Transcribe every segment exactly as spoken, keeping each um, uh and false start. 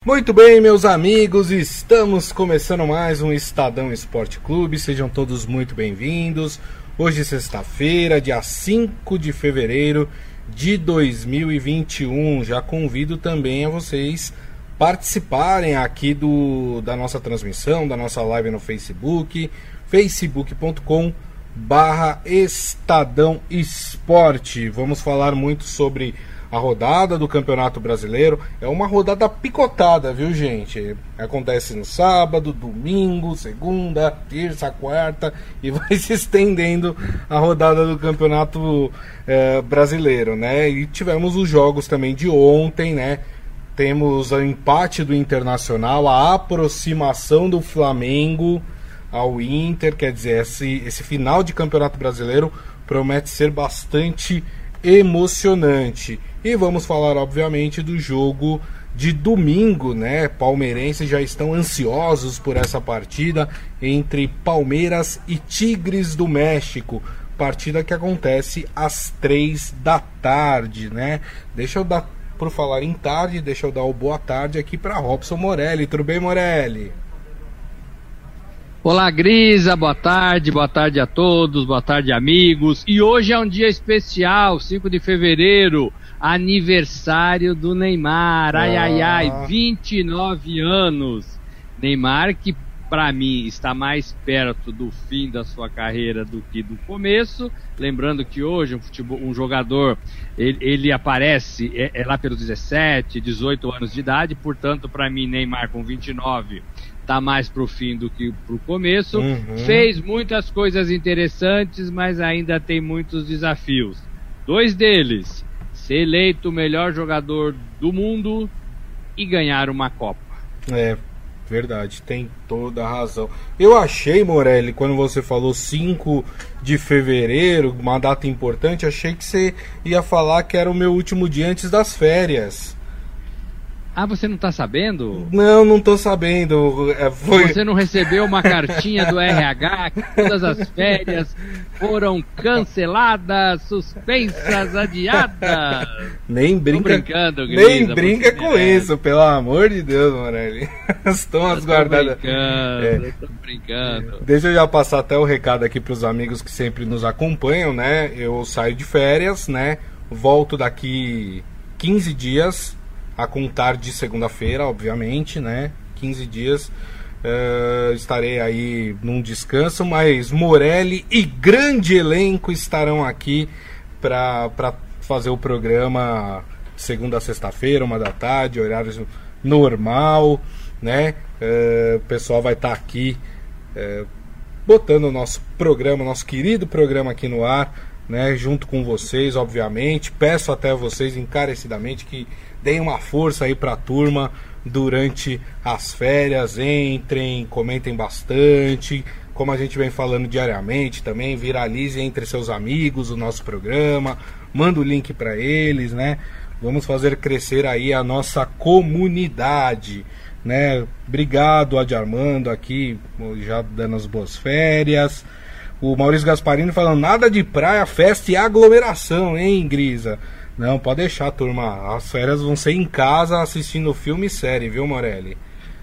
Muito bem, meus amigos, estamos começando mais um Estadão Esporte Clube, sejam todos muito bem-vindos. Hoje, sexta-feira, dia cinco de fevereiro de dois mil e vinte e um. Já convido também a vocês participarem aqui do, da nossa transmissão, da nossa live no Facebook, facebook ponto com barra Estadão Esporte. Vamos falar muito sobre a rodada do Campeonato Brasileiro. É uma rodada picotada, viu, gente? Acontece no sábado, domingo, segunda, terça, quarta e vai se estendendo a rodada do Campeonato eh, Brasileiro, né? E tivemos os jogos também de ontem, né? Temos o empate do Internacional, a aproximação do Flamengo ao Inter, quer dizer, esse, esse final de Campeonato Brasileiro promete ser bastante emocionante. E vamos falar, obviamente, do jogo de domingo, né? Palmeirenses já estão ansiosos por essa partida entre Palmeiras e Tigres do México. Partida que acontece às três da tarde, né? Deixa eu dar, por falar em tarde, deixa eu dar o boa tarde aqui para Robson Morelli. Tudo bem, Morelli? Olá, Grisa, boa tarde, boa tarde a todos, boa tarde, amigos. E hoje é um dia especial, cinco de fevereiro, aniversário do Neymar. Ai, ah. ai, ai, vinte e nove anos. Neymar, que para mim está mais perto do fim da sua carreira do que do começo. Lembrando que hoje um, futebol, um jogador, ele, ele aparece é, é lá pelos dezessete, dezoito anos de idade. Portanto, para mim, Neymar com vinte e nove tá mais pro fim do que pro começo. Uhum. Fez muitas coisas interessantes, mas ainda tem muitos desafios. Dois deles: ser eleito o melhor jogador do mundo e ganhar uma Copa. É, verdade, tem toda a razão. Eu achei, Morelli, quando você falou cinco de fevereiro, uma data importante, achei que você ia falar que era o meu último dia antes das férias. Ah, você não tá sabendo? Não, não tô sabendo. É, foi... Você não recebeu uma cartinha do R H que todas as férias foram canceladas, suspensas, adiadas? Nem brinca, tô brincando, Grisa, nem brinca com merece. Isso, pelo amor de Deus, Morelli. Estão as guardadas. Brincando, é. Tô brincando. Deixa eu já passar até o recado aqui pros amigos que sempre nos acompanham, né? Eu saio de férias, né? Volto daqui quinze dias. A contar de segunda-feira, obviamente, né? quinze dias. Uh, estarei aí num descanso, mas Morelli e grande elenco estarão aqui para fazer o programa segunda a sexta-feira, uma da tarde, horário normal, né? Uh, o pessoal vai estar tá aqui uh, botando o nosso programa, nosso querido programa aqui no ar, né? Junto com vocês, obviamente. Peço até a vocês encarecidamente que deem uma força aí pra turma durante as férias, entrem, comentem bastante, como a gente vem falando diariamente também, viralize entre seus amigos o nosso programa, manda o link para eles, né? Vamos fazer crescer aí a nossa comunidade, né? Obrigado, Adi Armando, aqui, já dando as boas férias. O Maurício Gasparini falando, nada de praia, festa e aglomeração, hein, Grisa? Não, pode deixar, turma. As férias vão ser em casa assistindo filme e série, viu, Morelli?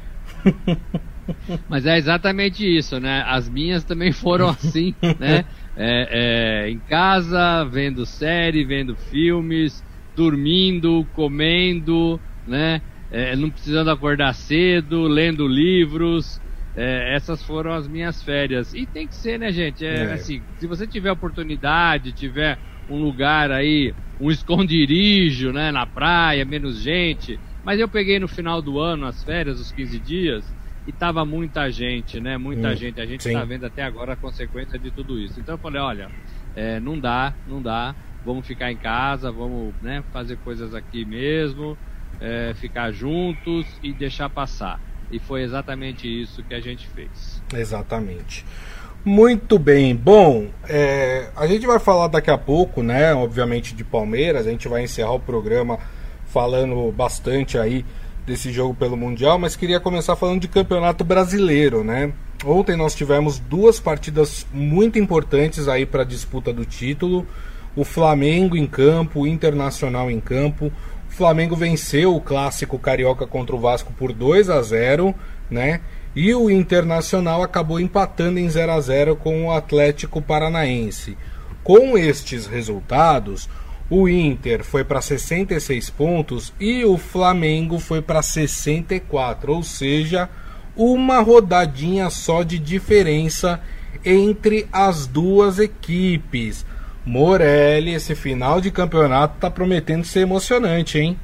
Mas é exatamente isso, né? As minhas também foram assim, né? É, é, em casa, vendo série, vendo filmes, dormindo, comendo, né? É, não precisando acordar cedo, lendo livros. É, essas foram as minhas férias. E tem que ser, né, gente? É, é. Assim, se você tiver oportunidade, tiver um lugar aí, um esconderijo, né, na praia, menos gente. Mas eu peguei no final do ano, as férias, os quinze dias, e tava muita gente, né, muita hum, gente. A gente sim. Tá vendo até agora a consequência de tudo isso. Então eu falei, olha, é, não dá, não dá, vamos ficar em casa, vamos, né, fazer coisas aqui mesmo, é, ficar juntos e deixar passar. E foi exatamente isso que a gente fez. Exatamente. Muito bem, bom, é, a gente vai falar daqui a pouco, né, obviamente de Palmeiras, a gente vai encerrar o programa falando bastante aí desse jogo pelo Mundial, mas queria começar falando de Campeonato Brasileiro, né. Ontem nós tivemos duas partidas muito importantes aí para a disputa do título, o Flamengo em campo, o Internacional em campo. O O Flamengo venceu o clássico carioca contra o Vasco por dois a zero, né? E o Internacional acabou empatando em zero a zero com o Atlético Paranaense. Com estes resultados, o Inter foi para sessenta e seis pontos e o Flamengo foi para sessenta e quatro, ou seja, uma rodadinha só de diferença entre as duas equipes. Morelli, esse final de campeonato tá prometendo ser emocionante, hein?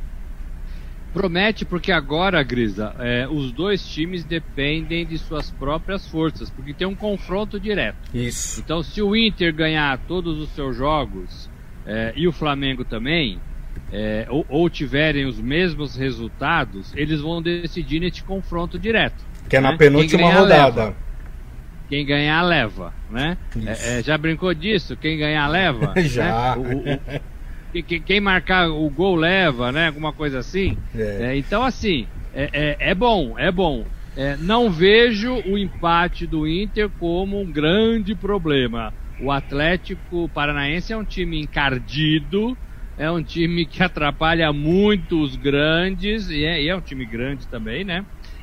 Promete, porque agora, Grisa, é, os dois times dependem de suas próprias forças, porque tem um confronto direto. Isso. Então, se o Inter ganhar todos os seus jogos, é, e o Flamengo também, é, ou, ou tiverem os mesmos resultados, eles vão decidir nesse confronto direto. Que é né? na penúltima Quem ganhar, rodada. Leva. Quem ganhar, leva, né? É, é, já brincou disso? Quem ganhar, leva? Já. Né? O, o, o, quem marcar o gol, leva, né? Alguma coisa assim. É. É, então, assim, é, é, é bom, é bom. É, não vejo o empate do Inter como um grande problema. O Atlético Paranaense é um time encardido, é um time que atrapalha muito os grandes, e é, e é um time grande também, né?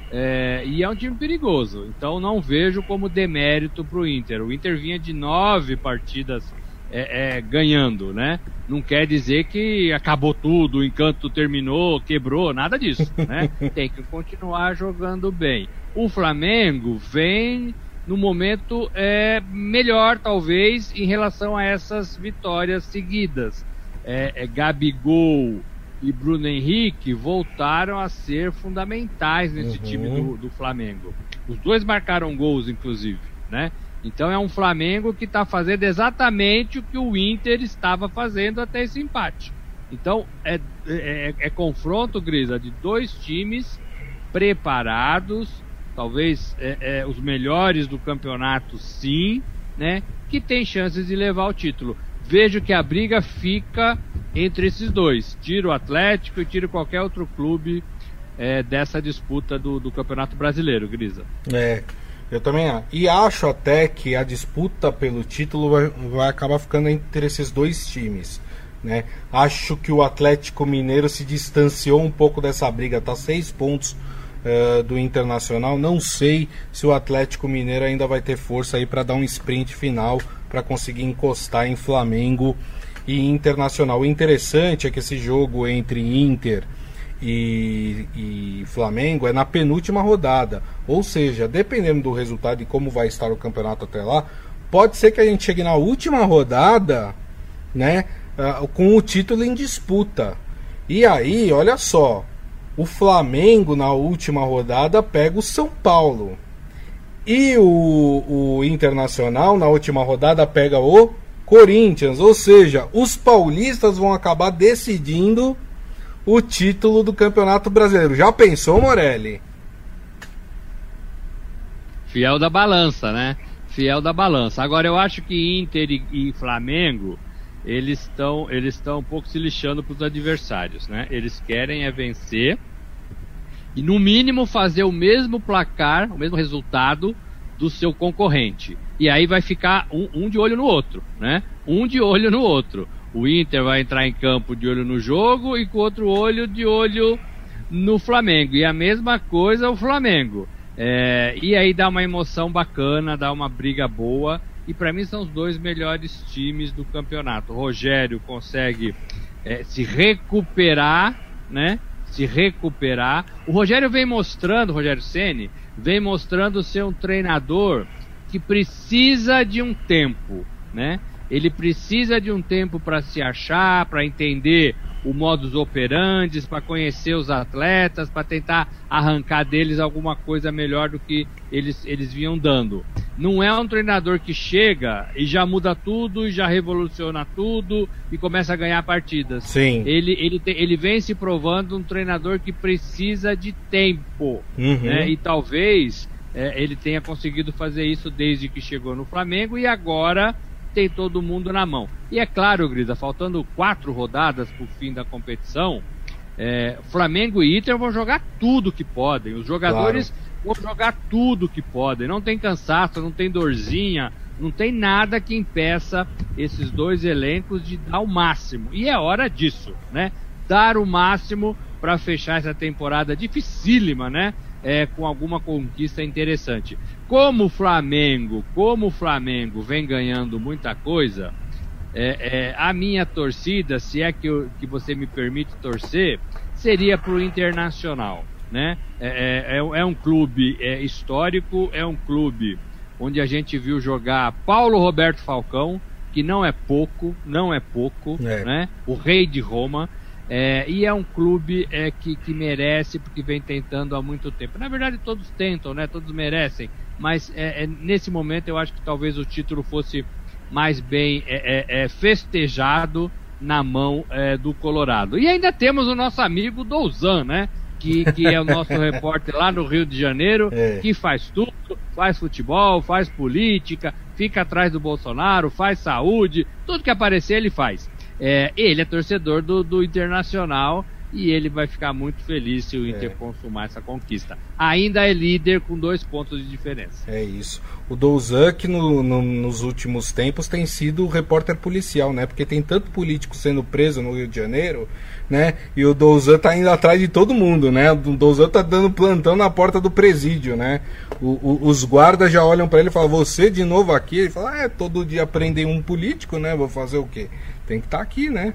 É, e é um time perigoso, então não vejo como demérito para o Inter. O Inter vinha de nove partidas é, é, ganhando, né? Não quer dizer que acabou tudo, o encanto terminou, quebrou, nada disso, né? Tem que continuar jogando bem. O Flamengo vem no momento é, melhor, talvez, em relação a essas vitórias seguidas. É, é, Gabigol e Bruno Henrique voltaram a ser fundamentais nesse uhum. time do, do Flamengo. Os dois marcaram gols, inclusive, né? Então é um Flamengo que está fazendo exatamente o que o Inter estava fazendo até esse empate. Então é, é, é confronto, Grisa, de dois times preparados, talvez é, é, os melhores do campeonato, sim, né? Que tem chances de levar o título. Vejo que a briga fica entre esses dois. Tira o Atlético e tira qualquer outro clube é, dessa disputa do, do Campeonato Brasileiro, Grisa. É, eu também acho. E acho até que a disputa pelo título vai, vai acabar ficando entre esses dois times, né? Acho que o Atlético Mineiro se distanciou um pouco dessa briga, tá seis pontos uh, do Internacional. Não sei se o Atlético Mineiro ainda vai ter força aí para dar um sprint final para conseguir encostar em Flamengo e Internacional. O interessante é que esse jogo entre Inter e, e Flamengo é na penúltima rodada, ou seja, dependendo do resultado e como vai estar o campeonato até lá, pode ser que a gente chegue na última rodada, né, uh, com o título em disputa. E aí, olha só, o Flamengo na última rodada pega o São Paulo. E o, o Internacional, na última rodada, pega o Corinthians. Ou seja, os paulistas vão acabar decidindo o título do Campeonato Brasileiro. Já pensou, Morelli? Fiel da balança, né? Fiel da balança. Agora, eu acho que Inter e, e Flamengo, eles estão eles estão um pouco se lixando para os adversários, né? Eles querem é vencer e no mínimo fazer o mesmo placar, o mesmo resultado do seu concorrente. E aí vai ficar um, um de olho no outro, né? Um de olho no outro. O Inter vai entrar em campo de olho no jogo e com outro olho de olho no Flamengo. E a mesma coisa o Flamengo. É, e aí dá uma emoção bacana, dá uma briga boa. E para mim são os dois melhores times do campeonato. O Rogério consegue é, se recuperar, né? Se recuperar. O Rogério vem mostrando, o Rogério Ceni, vem mostrando ser um treinador que precisa de um tempo, né? Ele precisa de um tempo para se achar, para entender o modus operandi, para conhecer os atletas, para tentar arrancar deles alguma coisa melhor do que eles, eles vinham dando. Não é um treinador que chega e já muda tudo, e já revoluciona tudo e começa a ganhar partidas. Sim. Ele, ele, te, ele vem se provando um treinador que precisa de tempo, uhum. né? E talvez é, ele tenha conseguido fazer isso desde que chegou no Flamengo e agora tem todo mundo na mão. E é claro, Grisa, faltando quatro rodadas para o fim da competição, é, Flamengo e Inter vão jogar tudo que podem. Os jogadores claro. vão jogar tudo que podem. Não tem cansaço, não tem dorzinha, não tem nada que impeça esses dois elencos de dar o máximo. E é hora disso, né? dar o máximo para fechar essa temporada dificílima, né? É, com alguma conquista interessante. Como o Flamengo, como o Flamengo vem ganhando muita coisa, é, é, a minha torcida, se é que, eu, que você me permite torcer, seria para o Internacional, né? É, é, é um clube é, histórico, é um clube onde a gente viu jogar Paulo Roberto Falcão, que não é pouco, não é pouco, é. né? O rei de Roma. É, e é um clube é, que, que merece, porque vem tentando há muito tempo. Na verdade, todos tentam, né? Todos merecem. Mas é, é, nesse momento eu acho que talvez o título fosse mais bem é, é, é, festejado na mão é, do Colorado. E ainda temos o nosso amigo Douzan, né? Que, que é o nosso repórter lá no Rio de Janeiro, é. que faz tudo, faz futebol, faz política, fica atrás do Bolsonaro, faz saúde, tudo que aparecer ele faz. É, ele é torcedor do, do Internacional e ele vai ficar muito feliz se o Inter é. consumar essa conquista. Ainda é líder com dois pontos de diferença. É isso. O Douzan, que no, no, nos últimos tempos tem sido repórter policial, né? Porque tem tanto político sendo preso no Rio de Janeiro, né? E o Douzan tá indo atrás de todo mundo, né? O Douzan tá dando plantão na porta do presídio, né? O, o, os guardas já olham para ele e falam: você de novo aqui? Ele fala: é, todo dia prendem um político, né? Vou fazer o quê? Tem que estar tá aqui, né?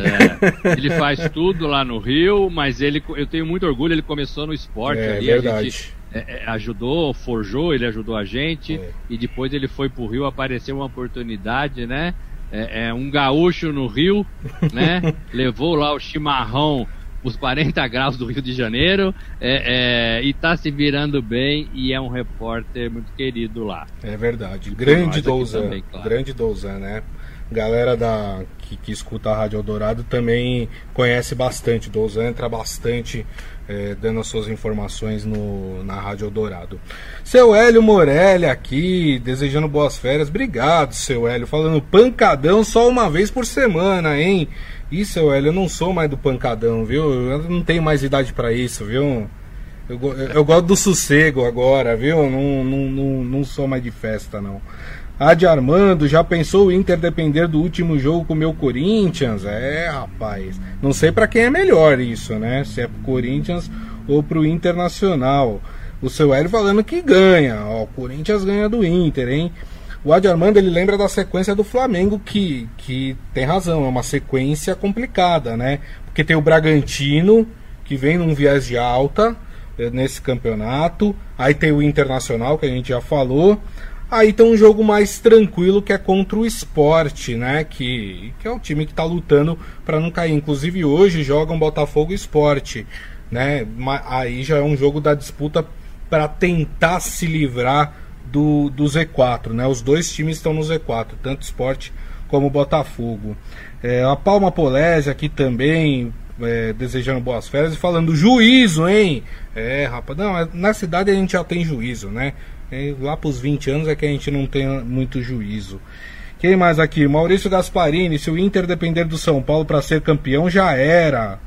É, ele faz tudo lá no Rio, mas ele, eu tenho muito orgulho, ele começou no esporte é, ali, verdade. A gente é, é, ajudou, forjou, ele ajudou a gente, é. e depois ele foi pro Rio, apareceu uma oportunidade, né? É, é um gaúcho no Rio, né? Levou lá o chimarrão, os quarenta graus do Rio de Janeiro, é, é, e tá se virando bem, e é um repórter muito querido lá. É verdade, grande Douzan, claro. grande Douzan, né? Galera da, que, que escuta a Rádio Eldorado também conhece bastante. Douzan entra bastante é, dando as suas informações no, na Rádio Eldorado. Seu Hélio Morelli aqui, desejando boas férias. Obrigado, seu Hélio. Falando pancadão só uma vez por semana, hein? Ih, seu Hélio, eu não sou mais do pancadão, viu? Eu não tenho mais idade pra isso, viu? Eu, eu, eu gosto do sossego agora, viu? Não, não, não, não sou mais de festa, não. Adi Armando, já pensou o Inter depender do último jogo com o meu Corinthians? É, rapaz, não sei pra quem é melhor isso, né? Se é pro Corinthians ou pro Internacional. O seu Hélio falando que ganha, ó, o Corinthians ganha do Inter, hein? O Adi Armando, ele lembra da sequência do Flamengo, que, que tem razão, é uma sequência complicada, né? Porque tem o Bragantino, que vem num viés de alta nesse campeonato, aí tem o Internacional, que a gente já falou. Aí tem um jogo mais tranquilo, que é contra o Sport, né? Que, que é o time que está lutando para não cair. Inclusive hoje jogam Botafogo e Sport, né? Aí já é um jogo da disputa para tentar se livrar do, do Z quatro, né? Os dois times estão no Z quatro, tanto Sport como Botafogo. É, a Palma Polese aqui também, é, desejando boas férias e falando juízo, hein? É, rapaz, não, na cidade a gente já tem juízo, né? Lá para os vinte anos é que a gente não tem muito juízo. Quem mais aqui? Maurício Gasparini. Se o Inter depender do São Paulo para ser campeão, já era.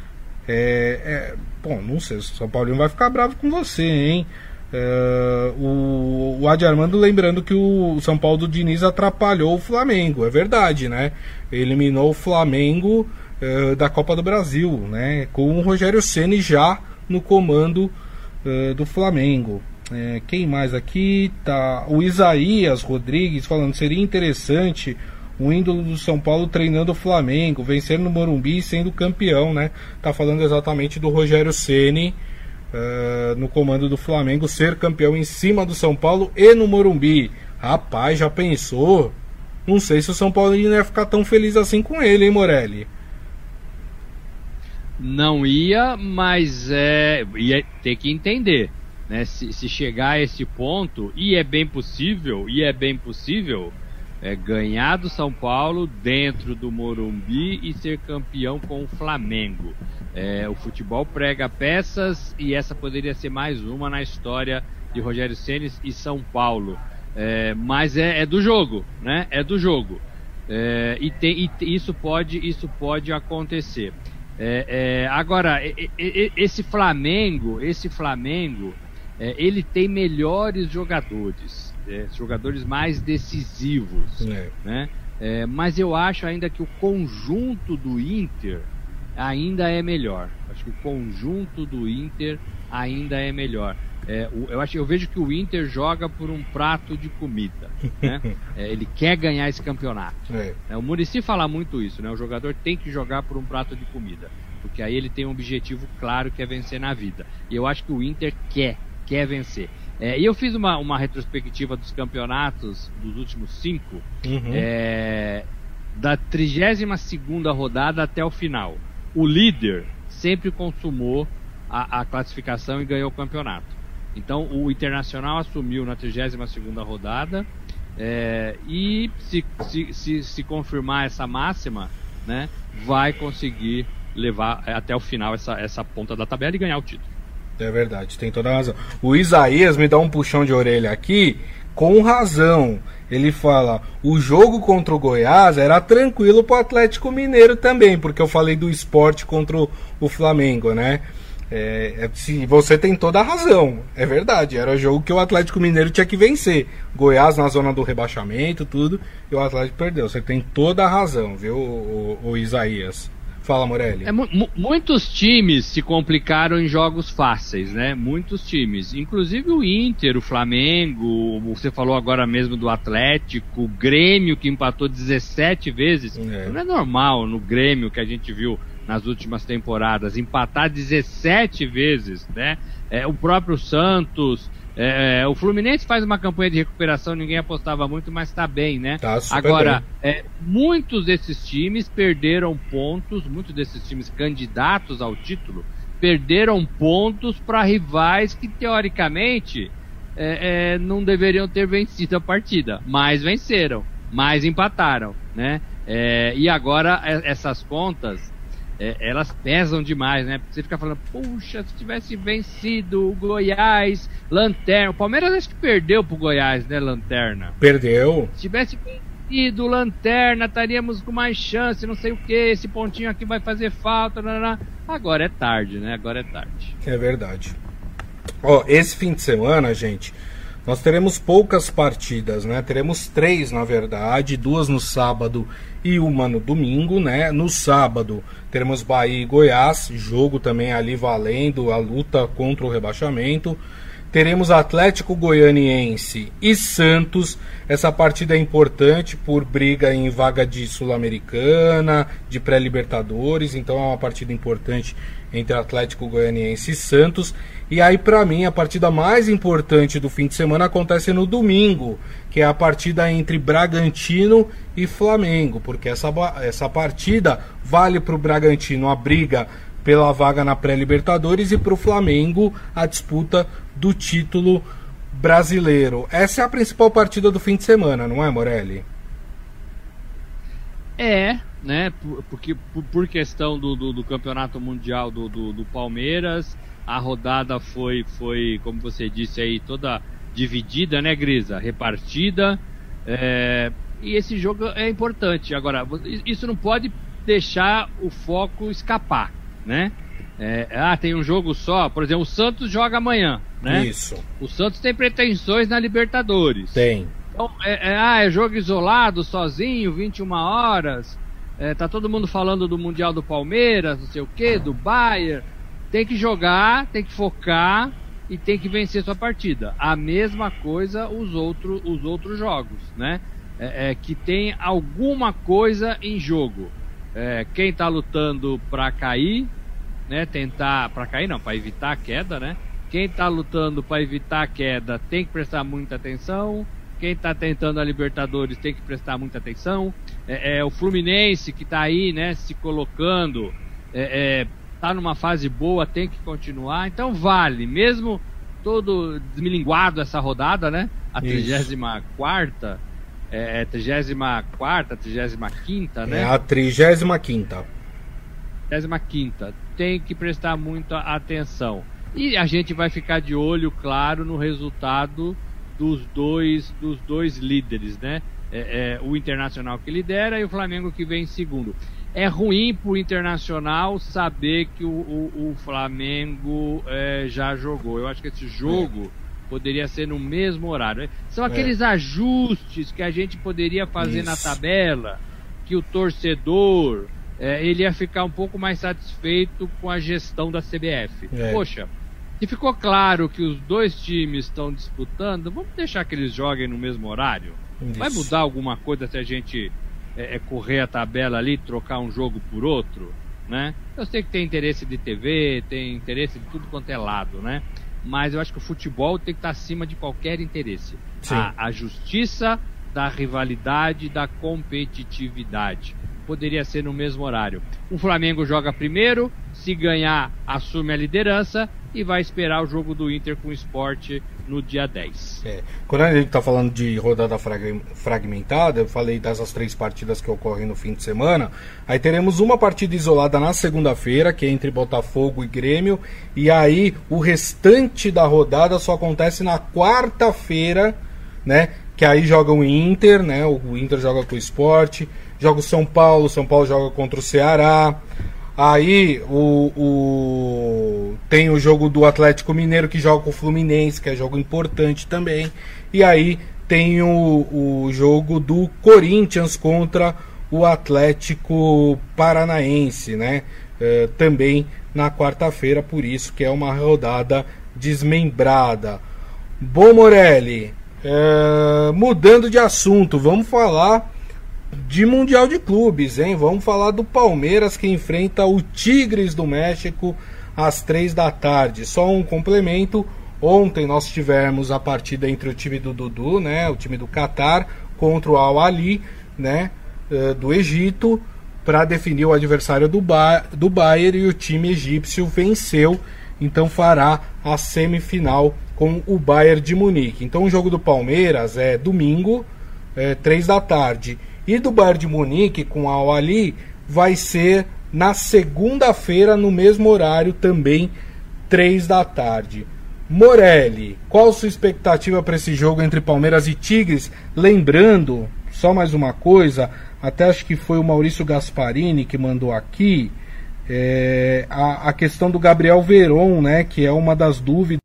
É, é, bom, não sei, o São Paulo vai ficar bravo com você, hein? É, o, o Adi Armando lembrando que o São Paulo do Diniz atrapalhou o Flamengo. É verdade, né? Eliminou o Flamengo é, da Copa do Brasil, né? Com o Rogério Ceni já no comando é, do Flamengo. É, quem mais aqui? Tá o Isaías Rodrigues falando: seria interessante um ídolo do São Paulo treinando o Flamengo, vencer no Morumbi e sendo campeão, né? Tá falando exatamente do Rogério Ceni uh, no comando do Flamengo, ser campeão em cima do São Paulo e no Morumbi. Rapaz, já pensou? Não sei se o São Paulo ia ficar tão feliz assim com ele, hein, Morelli? Não ia, mas é, ia ter que entender. Né, se, se chegar a esse ponto, e é bem possível, e é bem possível é, ganhar do São Paulo dentro do Morumbi e ser campeão com o Flamengo. É, o futebol prega peças e essa poderia ser mais uma na história de Rogério Ceni e São Paulo. É, mas é, é do jogo, né? É do jogo. É, e, tem, e isso pode, isso pode acontecer. É, é, agora, esse Flamengo, esse Flamengo É, ele tem melhores jogadores, é, jogadores mais decisivos, é. né? É, mas eu acho ainda que o conjunto do Inter ainda é melhor. Acho que o conjunto do Inter ainda é melhor. É, o, eu, acho, eu vejo que o Inter joga por um prato de comida, né? É, ele quer ganhar esse campeonato. É. É, o Muricy fala muito isso, né? O jogador tem que jogar por um prato de comida, porque aí ele tem um objetivo claro, que é vencer na vida. E eu acho que o Inter quer, quer vencer. É, e eu fiz uma, uma retrospectiva dos campeonatos dos últimos cinco, uhum. é, da trigésima segunda rodada até o final. O líder sempre consumou a, a classificação e ganhou o campeonato. Então o Internacional assumiu na trigésima segunda rodada, é, e se, se, se, se confirmar essa máxima, né, vai conseguir levar até o final essa, essa ponta da tabela e ganhar o título. É verdade, tem toda a razão. O Isaías me dá um puxão de orelha aqui, com razão. Ele fala, o jogo contra o Goiás era tranquilo pro Atlético Mineiro também, porque eu falei do Sport contra o, o Flamengo, né? É, é, você tem toda a razão, é verdade, era o jogo que o Atlético Mineiro tinha que vencer. Goiás na zona do rebaixamento, tudo, e o Atlético perdeu. Você tem toda a razão, viu, o, o, o Isaías? Fala, Morelli. É, mu muitos times se complicaram em jogos fáceis, né? Muitos times, inclusive o Inter, o Flamengo, você falou agora mesmo do Atlético, o Grêmio, que empatou dezessete vezes. É. Não é normal no Grêmio, que a gente viu nas últimas temporadas, empatar dezessete vezes, né? É, o próprio Santos, é, o Fluminense faz uma campanha de recuperação, ninguém apostava muito, mas tá bem, né? Tá super Agora, bem. É, muitos desses times perderam pontos, muitos desses times candidatos ao título, perderam pontos para rivais que, teoricamente, é, é, não deveriam ter vencido a partida, mas venceram, mas empataram, né? É, e agora, essas contas, É, elas pesam demais, né? Porque você fica falando, puxa, se tivesse vencido o Goiás, Lanterna. O Palmeiras acho que perdeu pro Goiás, né, Lanterna? Perdeu. Se tivesse vencido o Lanterna, estaríamos com mais chance, não sei o que, esse pontinho aqui vai fazer falta. Não, não, não. Agora é tarde, né? Agora é tarde. É verdade. Ó, esse fim de semana, gente, nós teremos poucas partidas, né? Teremos três, na verdade, duas no sábado e uma no domingo, né? No sábado teremos Bahia e Goiás, jogo também ali valendo a luta contra o rebaixamento. Teremos Atlético Goianiense e Santos. Essa partida é importante por briga em vaga de Sul-Americana, de pré-Libertadores, então é uma partida importante entre Atlético Goianiense e Santos. E aí, para mim, a partida mais importante do fim de semana acontece no domingo, que é a partida entre Bragantino e Flamengo, porque essa, essa partida vale para o Bragantino a briga pela vaga na pré-Libertadores e para o Flamengo a disputa do título brasileiro. Essa é a principal partida do fim de semana, não é, Morelli? É, né? Porque por, por questão do, do, do campeonato mundial do, do, do Palmeiras, a rodada foi, foi, como você disse aí, toda dividida, né, Grisa? Repartida. É, e esse jogo é importante. Agora, isso não pode deixar o foco escapar, né? É, ah, tem um jogo só, por exemplo, o Santos joga amanhã, né? Isso. O Santos tem pretensões na Libertadores. Tem. Então, é, é, ah, é jogo isolado, sozinho, vinte e uma horas. É, tá todo mundo falando do Mundial do Palmeiras, não sei o que, do Bayern. Tem que jogar, tem que focar e tem que vencer sua partida. A mesma coisa os, outro, os outros jogos, né? É, é, que tem alguma coisa em jogo. É, quem tá lutando para cair, né? Tentar para cair não, para evitar a queda, né? Quem tá lutando para evitar a queda tem que prestar muita atenção. Quem tá tentando a Libertadores tem que prestar muita atenção. É, é o Fluminense que tá aí, né? Se colocando, é, é, tá numa fase boa, tem que continuar. Então vale, mesmo todo desmilinguado essa rodada, né? A trigésima quarta. É, trigésima quarta, trigésima quinta, né? É a trigésima quinta. Trigésima quinta. Tem que prestar muita atenção. E a gente vai ficar de olho, claro, no resultado dos dois, dos dois líderes, né? É, é, o Internacional que lidera e o Flamengo que vem em segundo. É ruim pro Internacional saber que o, o, o Flamengo é, já jogou. Eu acho que esse jogo... É. Poderia ser no mesmo horário. São aqueles é. ajustes que a gente poderia fazer Isso. na tabela, que o torcedor é, ele ia ficar um pouco mais satisfeito com a gestão da C B F. É. Poxa, se ficou claro que os dois times estão disputando, vamos deixar que eles joguem no mesmo horário? Isso. Vai mudar alguma coisa se a gente é, é, correr a tabela ali, trocar um jogo por outro, né? Eu sei que tem interesse de T V, tem interesse de tudo quanto é lado, né? Mas eu acho que o futebol tem que estar acima de qualquer interesse. A, a justiça da rivalidade, da competitividade. Poderia ser no mesmo horário. O Flamengo joga primeiro, se ganhar, assume a liderança e vai esperar o jogo do Inter com o Sport no dia dez. É. Quando a gente está falando de rodada fragmentada, eu falei dessas três partidas que ocorrem no fim de semana. Aí teremos uma partida isolada na segunda-feira, que é entre Botafogo e Grêmio, e aí o restante da rodada só acontece na quarta-feira, né? Que aí joga o Inter, né? O Inter joga com o Sport, joga o São Paulo, o São Paulo joga contra o Ceará. Aí o, o tem o jogo do Atlético Mineiro que joga com o Fluminense, que é jogo importante também. E aí tem o, o jogo do Corinthians contra o Atlético Paranaense, né? É, também na quarta-feira, por isso que é uma rodada desmembrada. Bom, Morelli, é, mudando de assunto, vamos falar de Mundial de Clubes, hein? Vamos falar do Palmeiras, que enfrenta o Tigres do México às três da tarde. Só um complemento: ontem nós tivemos a partida entre o time do Dudu, né, o time do Catar, contra o Al Ahly, né, do Egito, para definir o adversário do, ba do Bayern, e o time egípcio venceu, então fará a semifinal com o Bayern de Munique. Então o jogo do Palmeiras é domingo, é, três da tarde. E do Bayern de Munique com a Al Ahly vai ser na segunda-feira, no mesmo horário, também três da tarde. Morelli, qual sua expectativa para esse jogo entre Palmeiras e Tigres? Lembrando, só mais uma coisa, até acho que foi o Maurício Gasparini que mandou aqui, é, a, a questão do Gabriel Veron, né, que é uma das dúvidas.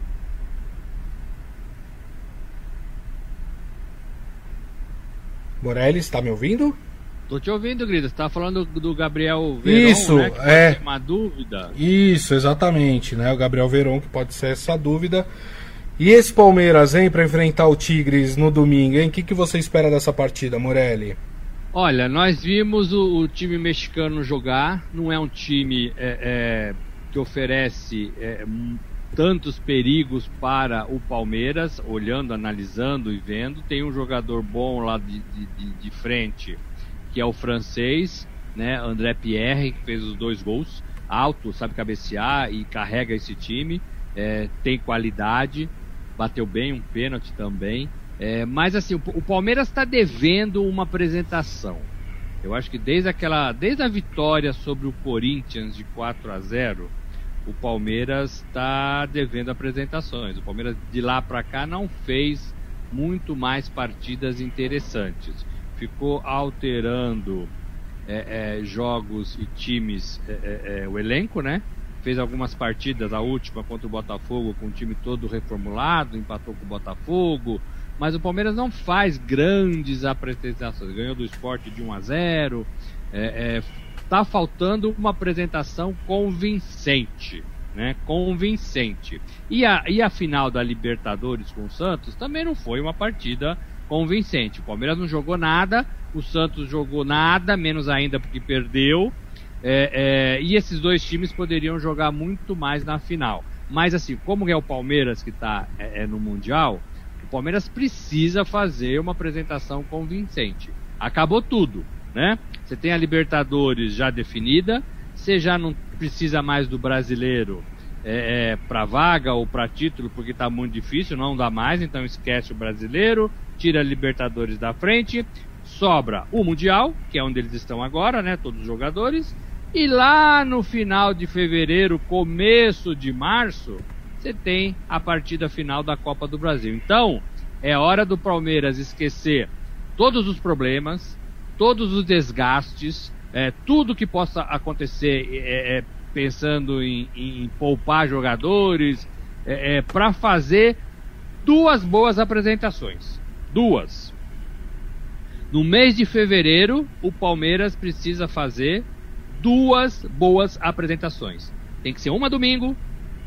Morelli, está me ouvindo? Tô te ouvindo, Grida. Você tá falando do Gabriel Veron, isso, né? Que pode é ser uma dúvida. Isso, exatamente, né? O Gabriel Veron, que pode ser essa dúvida. E esse Palmeiras, hein, para enfrentar o Tigres no domingo, hein? O que, que você espera dessa partida, Morelli? Olha, nós vimos o, o time mexicano jogar. Não é um time é, é, que oferece é, tantos perigos para o Palmeiras, olhando, analisando e vendo. Tem um jogador bom lá de, de, de frente, que é o francês, né, André Pierre, que fez os dois gols, alto, sabe cabecear e carrega esse time, é, tem qualidade, bateu bem um pênalti também, é, mas assim, o, o Palmeiras está devendo uma apresentação. Eu acho que desde aquela, desde a vitória sobre o Corinthians de quatro a zero, o Palmeiras está devendo apresentações. O Palmeiras de lá para cá não fez muito mais partidas interessantes. Ficou alterando é, é, jogos e times, é, é, é, o elenco, né? Fez algumas partidas, a última contra o Botafogo, com o time todo reformulado, empatou com o Botafogo, mas o Palmeiras não faz grandes apresentações. Ganhou do Sport de um a zero, é, é, tá faltando uma apresentação convincente, né? Convincente. E a, e a final da Libertadores com o Santos também não foi uma partida convincente. O Palmeiras não jogou nada, o Santos jogou nada, menos ainda porque perdeu, é, é, e esses dois times poderiam jogar muito mais na final. Mas assim, como é o Palmeiras que está é, é no Mundial, o Palmeiras precisa fazer uma apresentação convincente. Acabou tudo, né? Você tem a Libertadores já definida, você já não precisa mais do brasileiro é, é, para vaga ou para título, porque está muito difícil, não dá mais, então esquece o brasileiro, tira a Libertadores da frente, sobra o Mundial, que é onde eles estão agora, né, todos os jogadores, e lá no final de fevereiro, começo de março, você tem a partida final da Copa do Brasil. Então, é hora do Palmeiras esquecer todos os problemas, todos os desgastes, é, tudo que possa acontecer é, é, pensando em, em poupar jogadores, é, é, para fazer duas boas apresentações. Duas. No mês de fevereiro, o Palmeiras precisa fazer duas boas apresentações. Tem que ser uma domingo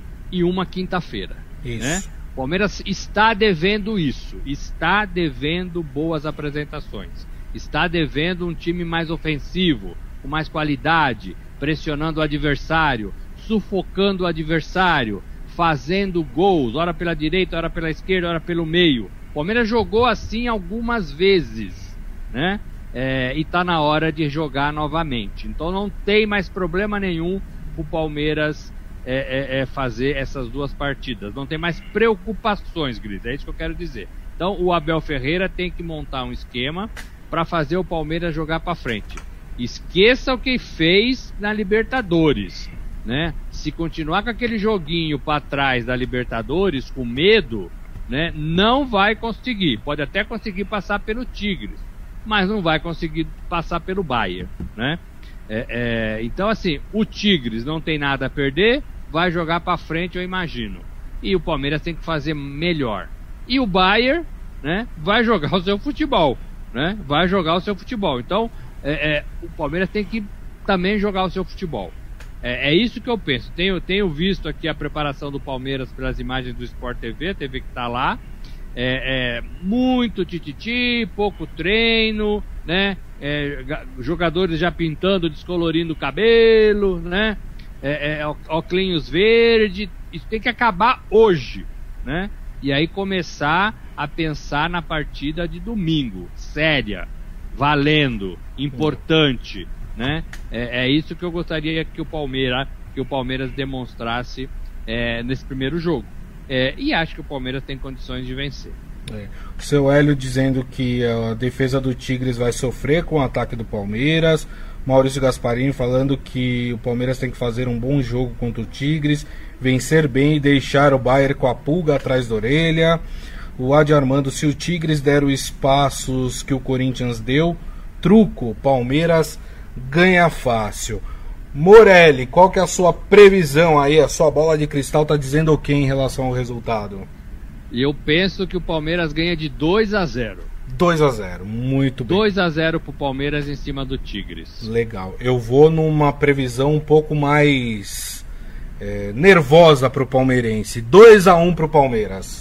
e uma quinta-feira. Isso. Né? O Palmeiras está devendo isso. Está devendo boas apresentações. Está devendo um time mais ofensivo, com mais qualidade, pressionando o adversário, sufocando o adversário, fazendo gols, ora pela direita, ora pela esquerda, ora pelo meio. O Palmeiras jogou assim algumas vezes, né? É, e está na hora de jogar novamente. Então não tem mais problema nenhum o Palmeiras é, é, é fazer essas duas partidas. Não tem mais preocupações, Gris, é isso que eu quero dizer. Então o Abel Ferreira tem que montar um esquema para fazer o Palmeiras jogar para frente. Esqueça o que fez na Libertadores, né? Se continuar com aquele joguinho para trás da Libertadores, com medo, né, não vai conseguir. Pode até conseguir passar pelo Tigres, mas não vai conseguir passar pelo Bayern, né? É, é, então, assim, o Tigres não tem nada a perder, vai jogar para frente, eu imagino. E o Palmeiras tem que fazer melhor. E o Bayern, né, vai jogar o seu futebol, né? Vai jogar o seu futebol. Então, é, é, o Palmeiras tem que também jogar o seu futebol. É, é isso que eu penso. Tenho, tenho visto aqui a preparação do Palmeiras pelas imagens do Sport T V, a T V que tá lá. É, é, muito tititi, pouco treino, né? É, jogadores já pintando, descolorindo o cabelo, né? É, é, óculos verde. Isso tem que acabar hoje, né? E aí começar a pensar na partida de domingo, séria, valendo, importante, né? É, é isso que eu gostaria que o Palmeiras, que o Palmeiras demonstrasse é, nesse primeiro jogo. É, e acho que o Palmeiras tem condições de vencer. É. O seu Hélio dizendo que a defesa do Tigres vai sofrer com o ataque do Palmeiras. Maurício Gasparini falando que o Palmeiras tem que fazer um bom jogo contra o Tigres, vencer bem e deixar o Bayern com a pulga atrás da orelha. O Adi Armando, se o Tigres der os espaços que o Corinthians deu, truco, Palmeiras ganha fácil. Morelli, qual que é a sua previsão aí? A sua bola de cristal tá dizendo o que em relação ao resultado? E eu penso que o Palmeiras ganha de dois a zero. dois a zero, muito bem. dois a zero pro Palmeiras em cima do Tigres. Legal. Eu vou numa previsão um pouco mais é, nervosa pro palmeirense. dois a um pro Palmeiras.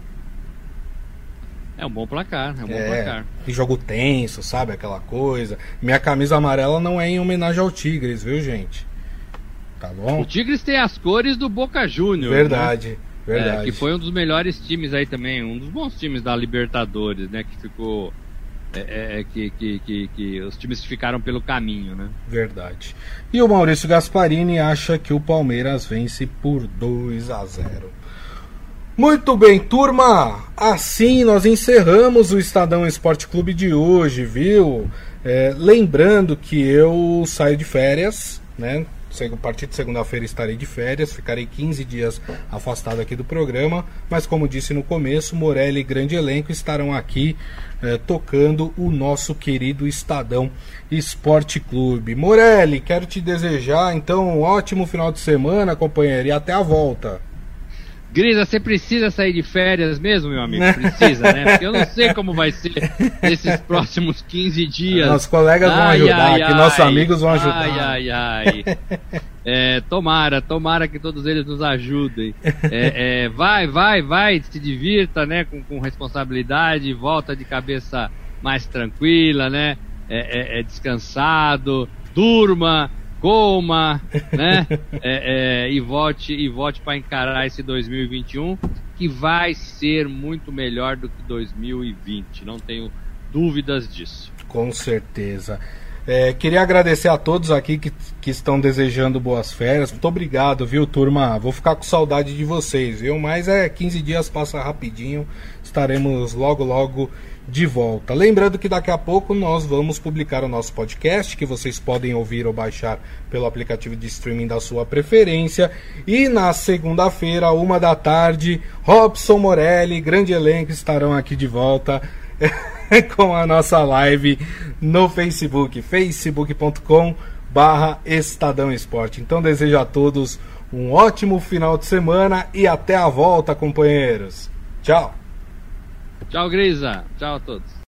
É um bom placar, é um bom é, placar. E jogo tenso, sabe? Aquela coisa. Minha camisa amarela não é em homenagem ao Tigres, viu, gente? Tá bom? O Tigres tem as cores do Boca Juniors. Verdade, né? verdade. É, que foi um dos melhores times aí também, um dos bons times da Libertadores, né? Que ficou... É, é, que, que, que, que os times que ficaram pelo caminho, né? Verdade. E o Maurício Gasparini acha que o Palmeiras vence por dois a zero. Muito bem, turma, assim nós encerramos o Estadão Esporte Clube de hoje, viu? É, lembrando que eu saio de férias, né? A partir de segunda-feira estarei de férias, ficarei quinze dias afastado aqui do programa, mas como disse no começo, Morelli e grande elenco estarão aqui é, tocando o nosso querido Estadão Esporte Clube. Morelli, quero te desejar então um ótimo final de semana, companheiro, e até a volta. Grisa, você precisa sair de férias mesmo, meu amigo? Precisa, né? Porque eu não sei como vai ser nesses próximos quinze dias. Nossos colegas vão ai, ajudar, ai, aqui ai, nossos amigos vão ajudar. Ai, ai, ai. É, tomara, tomara que todos eles nos ajudem. É, é, vai, vai, vai, se divirta, né? Com, com responsabilidade, volta de cabeça mais tranquila, né? É, é, é descansado, durma, coma, né? É, é, e volte e volte para encarar esse dois mil e vinte e um, que vai ser muito melhor do que dois mil e vinte, não tenho dúvidas disso. Com certeza. É, queria agradecer a todos aqui que, que estão desejando boas férias. Muito obrigado, viu, turma? Vou ficar com saudade de vocês, viu? Mas é, quinze dias passa rapidinho. Estaremos logo, logo de volta. Lembrando que daqui a pouco nós vamos publicar o nosso podcast, que vocês podem ouvir ou baixar pelo aplicativo de streaming da sua preferência. E na segunda-feira, uma da tarde, Robson Morelli, grande elenco, estarão aqui de volta com a nossa live no Facebook, facebook ponto com barra Estadão Esporte. Então desejo a todos um ótimo final de semana e até a volta, companheiros. Tchau. Tchau, Grisa. Tchau a todos.